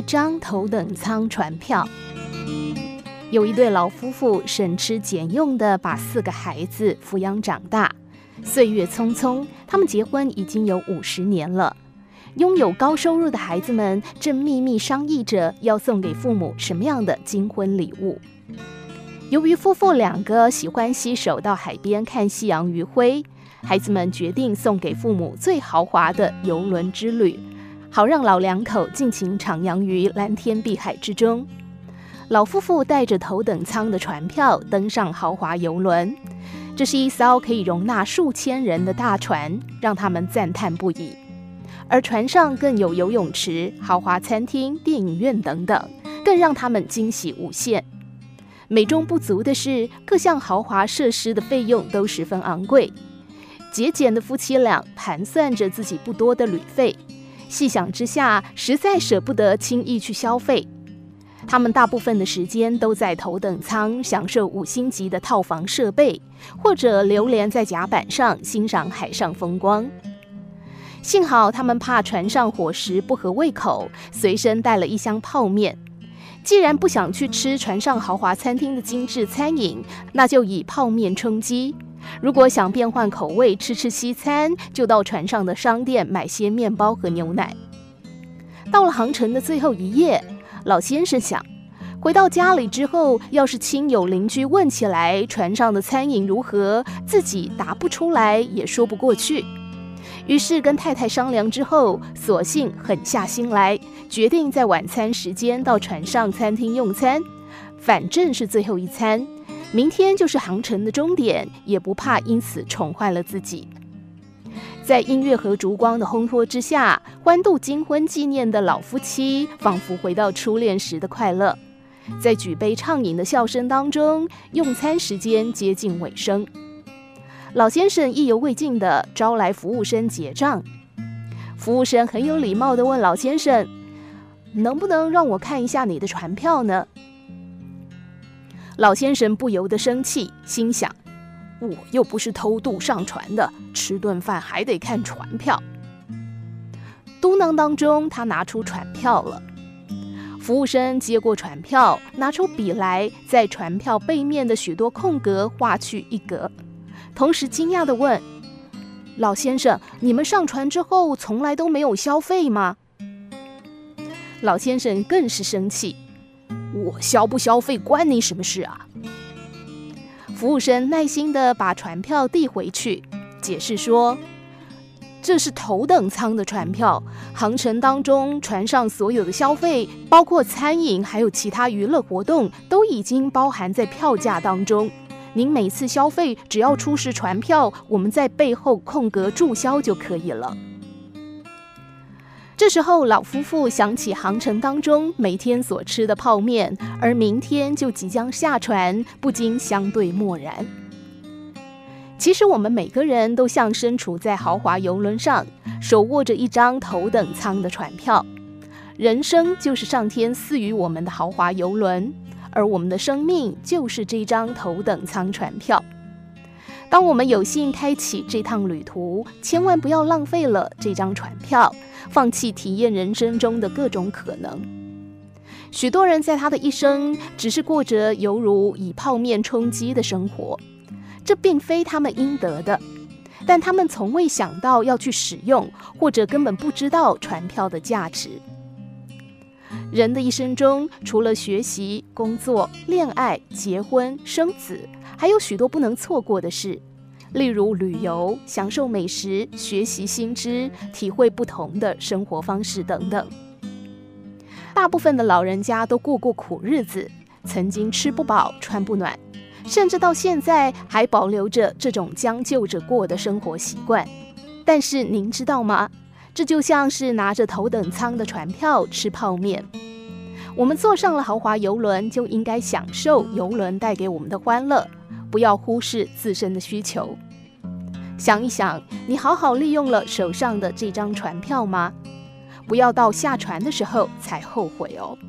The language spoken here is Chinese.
张头等舱船票。有一对老夫妇省吃俭用地把4个孩子抚养长大，岁月匆匆，他们结婚已经有50年了。拥有高收入的孩子们正秘密商议着要送给父母什么样的金婚礼物。由于夫妇2个喜欢洗手到海边看夕阳余晖，孩子们决定送给父母最豪华的邮轮之旅，好让老2口尽情徜徉于蓝天碧海之中。老夫妇带着头等舱的船票登上豪华邮轮，这是一艘可以容纳数千人的大船，让他们赞叹不已。而船上更有游泳池、豪华餐厅、电影院等等，更让他们惊喜无限。美中不足的是，各项豪华设施的费用都十分昂贵。节俭的夫妻俩盘算着自己不多的旅费，细想之下，实在舍不得轻易去消费。他们大部分的时间都在头等舱享受5星级的套房设备，或者流连在甲板上欣赏海上风光。幸好他们怕船上伙食不合胃口，随身带了1箱泡面。既然不想去吃船上豪华餐厅的精致餐饮，那就以泡面充饥。如果想变换口味吃西餐，就到船上的商店买些面包和牛奶。到了航程的最后1夜，老先生想，回到家里之后，要是亲友邻居问起来船上的餐饮如何，自己答不出来也说不过去。于是跟太太商量之后，索性狠下心来，决定在晚餐时间到船上餐厅用餐，反正是最后一餐，明天就是航程的终点，也不怕因此宠坏了自己。在音乐和烛光的烘托之下，欢度金婚纪念的老夫妻仿佛回到初恋时的快乐。在举杯畅饮的笑声当中，用餐时间接近尾声。老先生意犹未尽地招来服务生结账。服务生很有礼貌地问老先生：“能不能让我看一下你的船票呢？”老先生不由得生气，心想：我又不是偷渡上船的，吃顿饭还得看船票。嘟囔当中，他拿出船票了。服务生接过船票，拿出笔来，在船票背面的许多空格划去一格，同时惊讶地问：“老先生，你们上船之后从来都没有消费吗？”老先生更是生气：“我消不消费关你什么事啊？”服务生耐心地把船票递回去，解释说：“这是头等舱的船票，航程当中船上所有的消费，包括餐饮还有其他娱乐活动，都已经包含在票价当中。您每次消费只要出示船票，我们在背后空格注销就可以了。”这时候老夫妇想起航程当中每天所吃的泡面，而明天就即将下船，不禁相对默然。其实我们每个人都像身处在豪华邮轮上，手握着一张头等舱的船票。人生就是上天赐予我们的豪华邮轮，而我们的生命就是这张头等舱船票。当我们有幸开启这趟旅途，千万不要浪费了这张船票，放弃体验人生中的各种可能。许多人在他的一生只是过着犹如以泡面充饥的生活，这并非他们应得的，但他们从未想到要去使用，或者根本不知道船票的价值。人的一生中，除了学习、工作、恋爱、结婚、生子，还有许多不能错过的事，例如旅游、享受美食、学习新知、体会不同的生活方式等等。大部分的老人家都过过苦日子，曾经吃不饱、穿不暖，甚至到现在还保留着这种将就着过的生活习惯。但是您知道吗？这就像是拿着头等舱的船票吃泡面。我们坐上了豪华邮轮，就应该享受邮轮带给我们的欢乐，不要忽视自身的需求。想一想，你好好利用了手上的这张船票吗？不要到下船的时候才后悔哦。